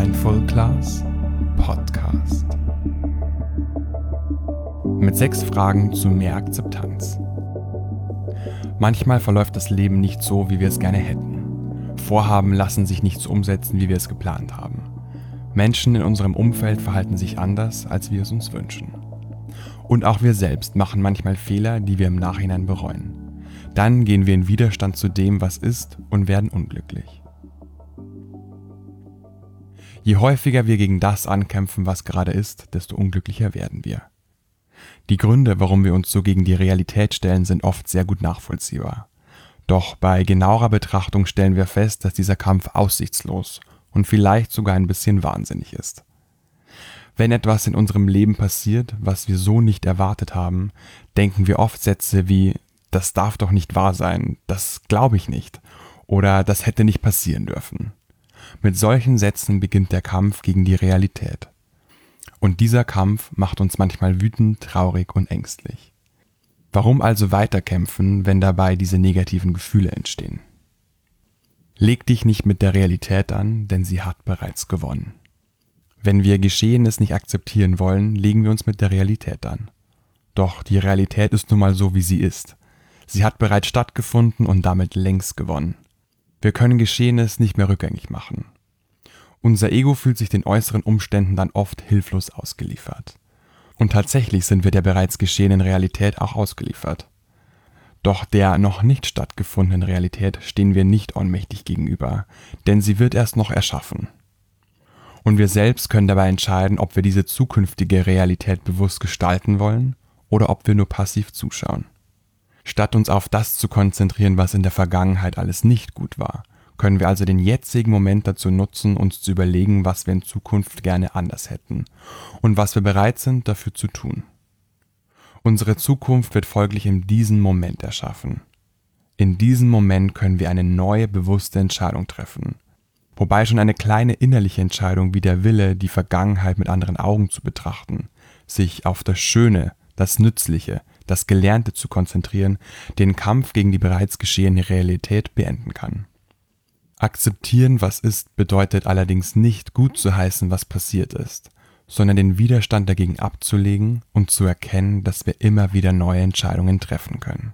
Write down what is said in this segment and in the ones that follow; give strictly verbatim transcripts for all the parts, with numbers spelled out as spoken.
Mindful Class Podcast. Mit sechs Fragen zu mehr Akzeptanz. Manchmal verläuft das Leben nicht so, wie wir es gerne hätten. Vorhaben lassen sich nicht so umsetzen, wie wir es geplant haben. Menschen in unserem Umfeld verhalten sich anders, als wir es uns wünschen. Und auch wir selbst machen manchmal Fehler, die wir im Nachhinein bereuen. Dann gehen wir in Widerstand zu dem, was ist, und werden unglücklich. Je häufiger wir gegen das ankämpfen, was gerade ist, desto unglücklicher werden wir. Die Gründe, warum wir uns so gegen die Realität stellen, sind oft sehr gut nachvollziehbar. Doch bei genauerer Betrachtung stellen wir fest, dass dieser Kampf aussichtslos und vielleicht sogar ein bisschen wahnsinnig ist. Wenn etwas in unserem Leben passiert, was wir so nicht erwartet haben, denken wir oft Sätze wie „Das darf doch nicht wahr sein, das glaube ich nicht" oder „Das hätte nicht passieren dürfen". Mit solchen Sätzen beginnt der Kampf gegen die Realität. Und dieser Kampf macht uns manchmal wütend, traurig und ängstlich. Warum also weiterkämpfen, wenn dabei diese negativen Gefühle entstehen? Leg dich nicht mit der Realität an, denn sie hat bereits gewonnen. Wenn wir Geschehenes nicht akzeptieren wollen, legen wir uns mit der Realität an. Doch die Realität ist nun mal so, wie sie ist. Sie hat bereits stattgefunden und damit längst gewonnen. Wir können Geschehenes nicht mehr rückgängig machen. Unser Ego fühlt sich den äußeren Umständen dann oft hilflos ausgeliefert. Und tatsächlich sind wir der bereits geschehenen Realität auch ausgeliefert. Doch der noch nicht stattgefundenen Realität stehen wir nicht ohnmächtig gegenüber, denn sie wird erst noch erschaffen. Und wir selbst können dabei entscheiden, ob wir diese zukünftige Realität bewusst gestalten wollen oder ob wir nur passiv zuschauen. Statt uns auf das zu konzentrieren, was in der Vergangenheit alles nicht gut war, können wir also den jetzigen Moment dazu nutzen, uns zu überlegen, was wir in Zukunft gerne anders hätten und was wir bereit sind, dafür zu tun. Unsere Zukunft wird folglich in diesem Moment erschaffen. In diesem Moment können wir eine neue, bewusste Entscheidung treffen. Wobei schon eine kleine innerliche Entscheidung wie der Wille, die Vergangenheit mit anderen Augen zu betrachten, sich auf das Schöne, das Nützliche, das Gelernte zu konzentrieren, den Kampf gegen die bereits geschehene Realität beenden kann. Akzeptieren, was ist, bedeutet allerdings nicht gut zu heißen, was passiert ist, sondern den Widerstand dagegen abzulegen und zu erkennen, dass wir immer wieder neue Entscheidungen treffen können.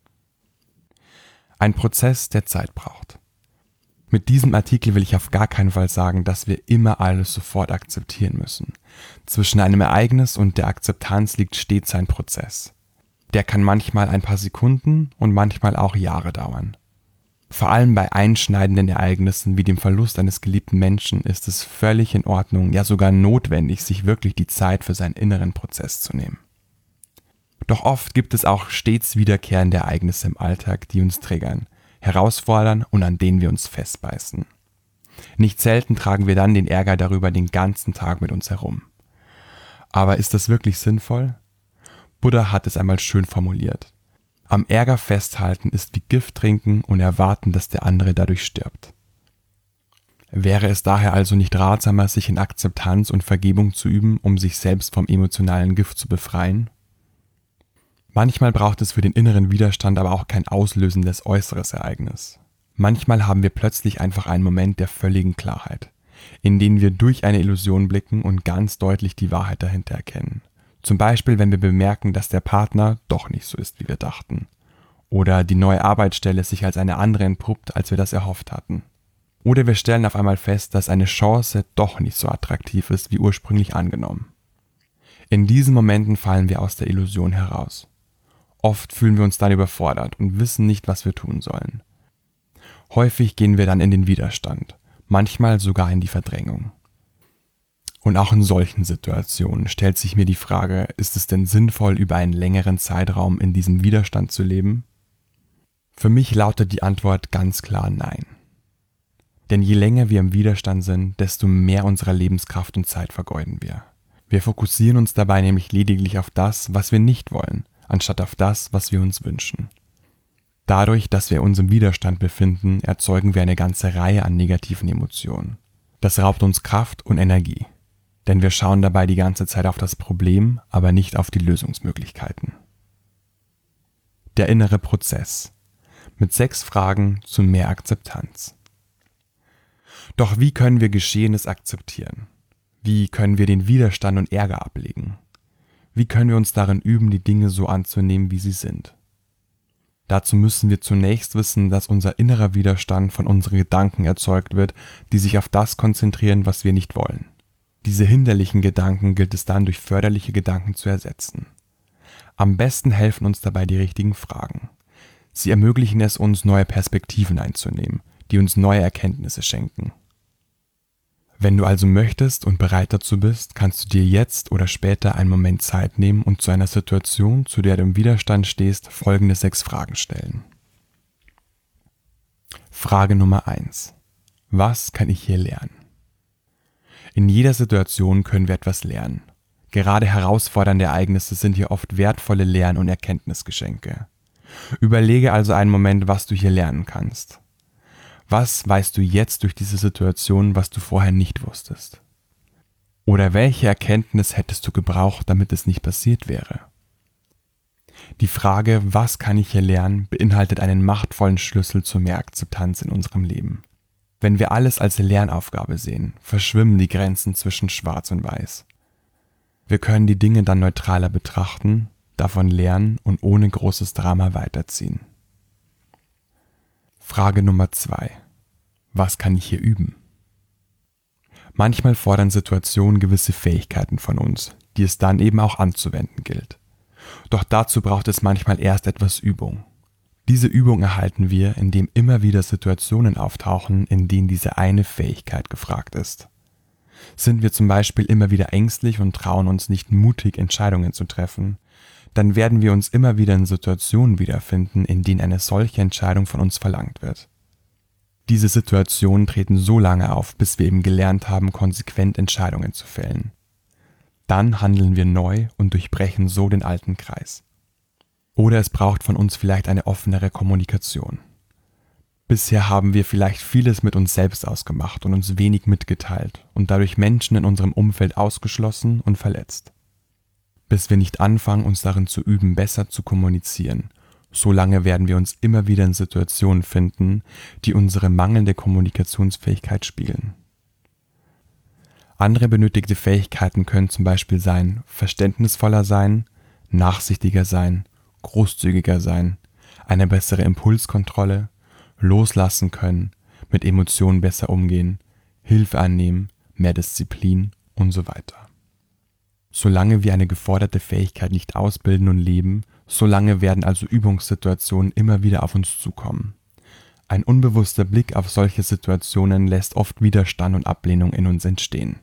Ein Prozess, der Zeit braucht. Mit diesem Artikel will ich auf gar keinen Fall sagen, dass wir immer alles sofort akzeptieren müssen. Zwischen einem Ereignis und der Akzeptanz liegt stets ein Prozess. Der kann manchmal ein paar Sekunden und manchmal auch Jahre dauern. Vor allem bei einschneidenden Ereignissen wie dem Verlust eines geliebten Menschen ist es völlig in Ordnung, ja sogar notwendig, sich wirklich die Zeit für seinen inneren Prozess zu nehmen. Doch oft gibt es auch stets wiederkehrende Ereignisse im Alltag, die uns triggern, herausfordern und an denen wir uns festbeißen. Nicht selten tragen wir dann den Ärger darüber den ganzen Tag mit uns herum. Aber ist das wirklich sinnvoll? Buddha hat es einmal schön formuliert. Am Ärger festhalten ist wie Gift trinken und erwarten, dass der andere dadurch stirbt. Wäre es daher also nicht ratsamer, sich in Akzeptanz und Vergebung zu üben, um sich selbst vom emotionalen Gift zu befreien? Manchmal braucht es für den inneren Widerstand aber auch kein auslösendes äußeres Ereignis. Manchmal haben wir plötzlich einfach einen Moment der völligen Klarheit, in den wir durch eine Illusion blicken und ganz deutlich die Wahrheit dahinter erkennen. Zum Beispiel, wenn wir bemerken, dass der Partner doch nicht so ist, wie wir dachten. Oder die neue Arbeitsstelle sich als eine andere entpuppt, als wir das erhofft hatten. Oder wir stellen auf einmal fest, dass eine Chance doch nicht so attraktiv ist, wie ursprünglich angenommen. In diesen Momenten fallen wir aus der Illusion heraus. Oft fühlen wir uns dann überfordert und wissen nicht, was wir tun sollen. Häufig gehen wir dann in den Widerstand, manchmal sogar in die Verdrängung. Und auch in solchen Situationen stellt sich mir die Frage, ist es denn sinnvoll, über einen längeren Zeitraum in diesem Widerstand zu leben? Für mich lautet die Antwort ganz klar nein. Denn je länger wir im Widerstand sind, desto mehr unserer Lebenskraft und Zeit vergeuden wir. Wir fokussieren uns dabei nämlich lediglich auf das, was wir nicht wollen, anstatt auf das, was wir uns wünschen. Dadurch, dass wir uns im Widerstand befinden, erzeugen wir eine ganze Reihe an negativen Emotionen. Das raubt uns Kraft und Energie. Denn wir schauen dabei die ganze Zeit auf das Problem, aber nicht auf die Lösungsmöglichkeiten. Der innere Prozess. Mit sechs Fragen zu mehr Akzeptanz. Doch wie können wir Geschehenes akzeptieren? Wie können wir den Widerstand und Ärger ablegen? Wie können wir uns darin üben, die Dinge so anzunehmen, wie sie sind? Dazu müssen wir zunächst wissen, dass unser innerer Widerstand von unseren Gedanken erzeugt wird, die sich auf das konzentrieren, was wir nicht wollen. Diese hinderlichen Gedanken gilt es dann durch förderliche Gedanken zu ersetzen. Am besten helfen uns dabei die richtigen Fragen. Sie ermöglichen es uns, neue Perspektiven einzunehmen, die uns neue Erkenntnisse schenken. Wenn du also möchtest und bereit dazu bist, kannst du dir jetzt oder später einen Moment Zeit nehmen und zu einer Situation, zu der du im Widerstand stehst, folgende sechs Fragen stellen. Frage Nummer eins. Was kann ich hier lernen? In jeder Situation können wir etwas lernen. Gerade herausfordernde Ereignisse sind hier oft wertvolle Lern- und Erkenntnisgeschenke. Überlege also einen Moment, was du hier lernen kannst. Was weißt du jetzt durch diese Situation, was du vorher nicht wusstest? Oder welche Erkenntnis hättest du gebraucht, damit es nicht passiert wäre? Die Frage, was kann ich hier lernen, beinhaltet einen machtvollen Schlüssel zu mehr Akzeptanz in unserem Leben. Wenn wir alles als Lernaufgabe sehen, verschwimmen die Grenzen zwischen Schwarz und Weiß. Wir können die Dinge dann neutraler betrachten, davon lernen und ohne großes Drama weiterziehen. Frage Nummer zwei. Was kann ich hier üben? Manchmal fordern Situationen gewisse Fähigkeiten von uns, die es dann eben auch anzuwenden gilt. Doch dazu braucht es manchmal erst etwas Übung. Diese Übung erhalten wir, indem immer wieder Situationen auftauchen, in denen diese eine Fähigkeit gefragt ist. Sind wir zum Beispiel immer wieder ängstlich und trauen uns nicht mutig, Entscheidungen zu treffen, dann werden wir uns immer wieder in Situationen wiederfinden, in denen eine solche Entscheidung von uns verlangt wird. Diese Situationen treten so lange auf, bis wir eben gelernt haben, konsequent Entscheidungen zu fällen. Dann handeln wir neu und durchbrechen so den alten Kreis. Oder es braucht von uns vielleicht eine offenere Kommunikation. Bisher haben wir vielleicht vieles mit uns selbst ausgemacht und uns wenig mitgeteilt und dadurch Menschen in unserem Umfeld ausgeschlossen und verletzt. Bis wir nicht anfangen, uns darin zu üben, besser zu kommunizieren, solange werden wir uns immer wieder in Situationen finden, die unsere mangelnde Kommunikationsfähigkeit spiegeln. Andere benötigte Fähigkeiten können zum Beispiel sein, verständnisvoller sein, nachsichtiger sein, großzügiger sein, eine bessere Impulskontrolle, loslassen können, mit Emotionen besser umgehen, Hilfe annehmen, mehr Disziplin und so weiter. Solange wir eine geforderte Fähigkeit nicht ausbilden und leben, solange werden also Übungssituationen immer wieder auf uns zukommen. Ein unbewusster Blick auf solche Situationen lässt oft Widerstand und Ablehnung in uns entstehen.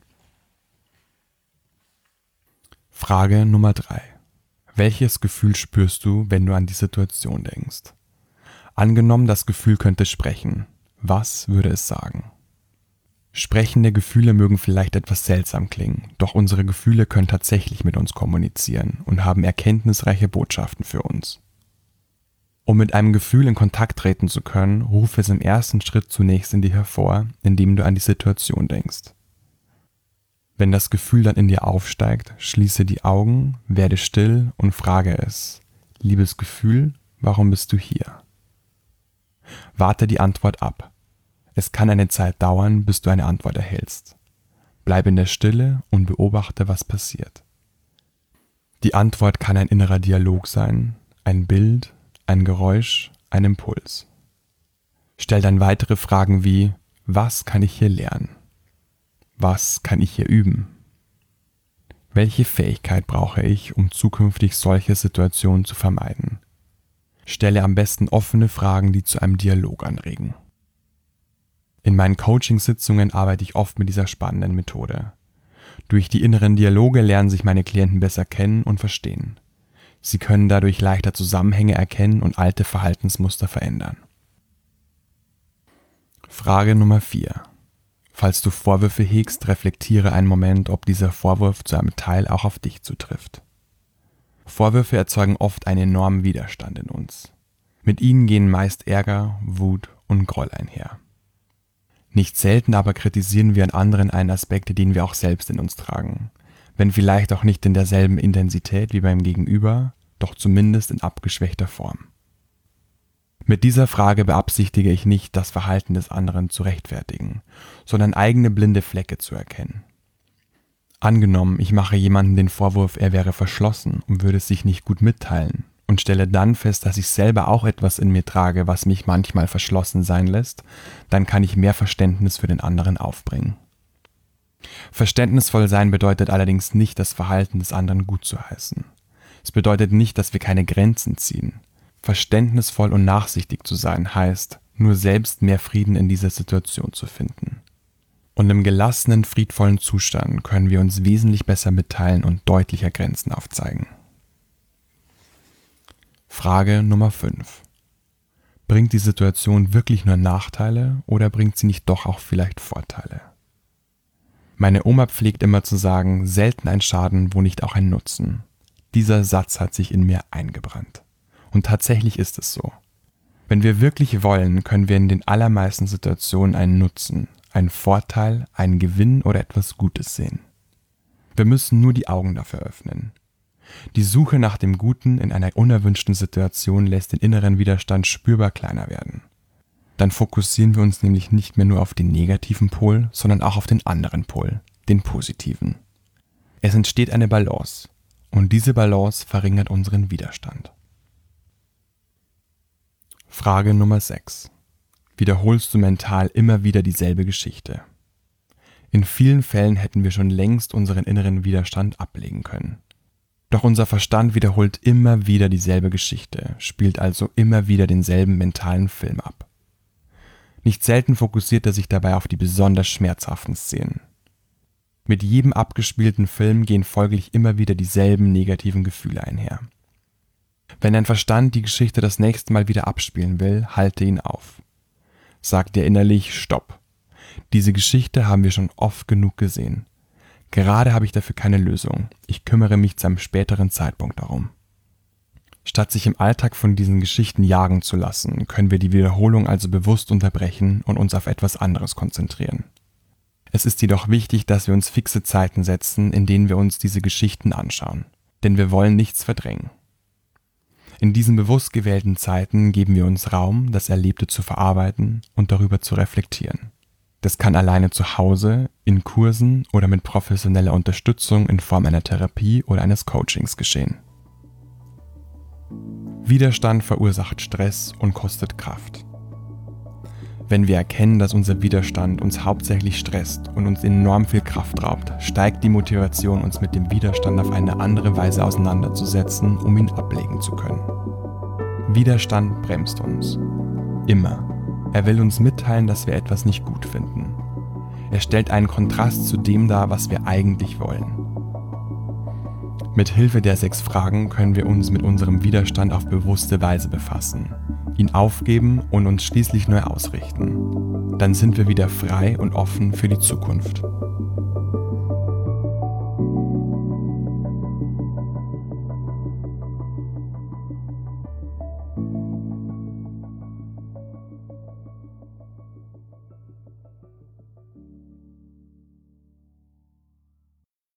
Frage Nummer drei. Welches Gefühl spürst du, wenn du an die Situation denkst? Angenommen, das Gefühl könnte sprechen. Was würde es sagen? Sprechende Gefühle mögen vielleicht etwas seltsam klingen, doch unsere Gefühle können tatsächlich mit uns kommunizieren und haben erkenntnisreiche Botschaften für uns. Um mit einem Gefühl in Kontakt treten zu können, ruf es im ersten Schritt zunächst in dir hervor, indem du an die Situation denkst. Wenn das Gefühl dann in dir aufsteigt, schließe die Augen, werde still und frage es: Liebes Gefühl, warum bist du hier? Warte die Antwort ab. Es kann eine Zeit dauern, bis du eine Antwort erhältst. Bleib in der Stille und beobachte, was passiert. Die Antwort kann ein innerer Dialog sein, ein Bild, ein Geräusch, ein Impuls. Stell dann weitere Fragen wie: Was kann ich hier lernen? Was kann ich hier üben? Welche Fähigkeit brauche ich, um zukünftig solche Situationen zu vermeiden? Stelle am besten offene Fragen, die zu einem Dialog anregen. In meinen Coaching-Sitzungen arbeite ich oft mit dieser spannenden Methode. Durch die inneren Dialoge lernen sich meine Klienten besser kennen und verstehen. Sie können dadurch leichter Zusammenhänge erkennen und alte Verhaltensmuster verändern. Frage Nummer vier. Falls du Vorwürfe hegst, reflektiere einen Moment, ob dieser Vorwurf zu einem Teil auch auf dich zutrifft. Vorwürfe erzeugen oft einen enormen Widerstand in uns. Mit ihnen gehen meist Ärger, Wut und Groll einher. Nicht selten aber kritisieren wir an anderen einen Aspekt, den wir auch selbst in uns tragen, wenn vielleicht auch nicht in derselben Intensität wie beim Gegenüber, doch zumindest in abgeschwächter Form. Mit dieser Frage beabsichtige ich nicht, das Verhalten des anderen zu rechtfertigen, sondern eigene blinde Flecke zu erkennen. Angenommen, ich mache jemandem den Vorwurf, er wäre verschlossen und würde es sich nicht gut mitteilen und stelle dann fest, dass ich selber auch etwas in mir trage, was mich manchmal verschlossen sein lässt, dann kann ich mehr Verständnis für den anderen aufbringen. Verständnisvoll sein bedeutet allerdings nicht, das Verhalten des anderen gut zu heißen. Es bedeutet nicht, dass wir keine Grenzen ziehen. Verständnisvoll und nachsichtig zu sein heißt, nur selbst mehr Frieden in dieser Situation zu finden. Und im gelassenen, friedvollen Zustand können wir uns wesentlich besser mitteilen und deutlicher Grenzen aufzeigen. Frage Nummer fünf. Bringt die Situation wirklich nur Nachteile oder bringt sie nicht doch auch vielleicht Vorteile? Meine Oma pflegt immer zu sagen, selten ein Schaden, wo nicht auch ein Nutzen. Dieser Satz hat sich in mir eingebrannt. Und tatsächlich ist es so. Wenn wir wirklich wollen, können wir in den allermeisten Situationen einen Nutzen, einen Vorteil, einen Gewinn oder etwas Gutes sehen. Wir müssen nur die Augen dafür öffnen. Die Suche nach dem Guten in einer unerwünschten Situation lässt den inneren Widerstand spürbar kleiner werden. Dann fokussieren wir uns nämlich nicht mehr nur auf den negativen Pol, sondern auch auf den anderen Pol, den positiven. Es entsteht eine Balance und diese Balance verringert unseren Widerstand. Frage Nummer sechs. Wiederholst du mental immer wieder dieselbe Geschichte? In vielen Fällen hätten wir schon längst unseren inneren Widerstand ablegen können. Doch unser Verstand wiederholt immer wieder dieselbe Geschichte, spielt also immer wieder denselben mentalen Film ab. Nicht selten fokussiert er sich dabei auf die besonders schmerzhaften Szenen. Mit jedem abgespielten Film gehen folglich immer wieder dieselben negativen Gefühle einher. Wenn dein Verstand die Geschichte das nächste Mal wieder abspielen will, halte ihn auf. Sag dir innerlich Stopp. Diese Geschichte haben wir schon oft genug gesehen. Gerade habe ich dafür keine Lösung. Ich kümmere mich zu einem späteren Zeitpunkt darum. Statt sich im Alltag von diesen Geschichten jagen zu lassen, können wir die Wiederholung also bewusst unterbrechen und uns auf etwas anderes konzentrieren. Es ist jedoch wichtig, dass wir uns fixe Zeiten setzen, in denen wir uns diese Geschichten anschauen. Denn wir wollen nichts verdrängen. In diesen bewusst gewählten Zeiten geben wir uns Raum, das Erlebte zu verarbeiten und darüber zu reflektieren. Das kann alleine zu Hause, in Kursen oder mit professioneller Unterstützung in Form einer Therapie oder eines Coachings geschehen. Widerstand verursacht Stress und kostet Kraft. Wenn wir erkennen, dass unser Widerstand uns hauptsächlich stresst und uns enorm viel Kraft raubt, steigt die Motivation, uns mit dem Widerstand auf eine andere Weise auseinanderzusetzen, um ihn ablegen zu können. Widerstand bremst uns. Immer. Er will uns mitteilen, dass wir etwas nicht gut finden. Er stellt einen Kontrast zu dem dar, was wir eigentlich wollen. Mit Hilfe der sechs Fragen können wir uns mit unserem Widerstand auf bewusste Weise befassen, ihn aufgeben und uns schließlich neu ausrichten. Dann sind wir wieder frei und offen für die Zukunft.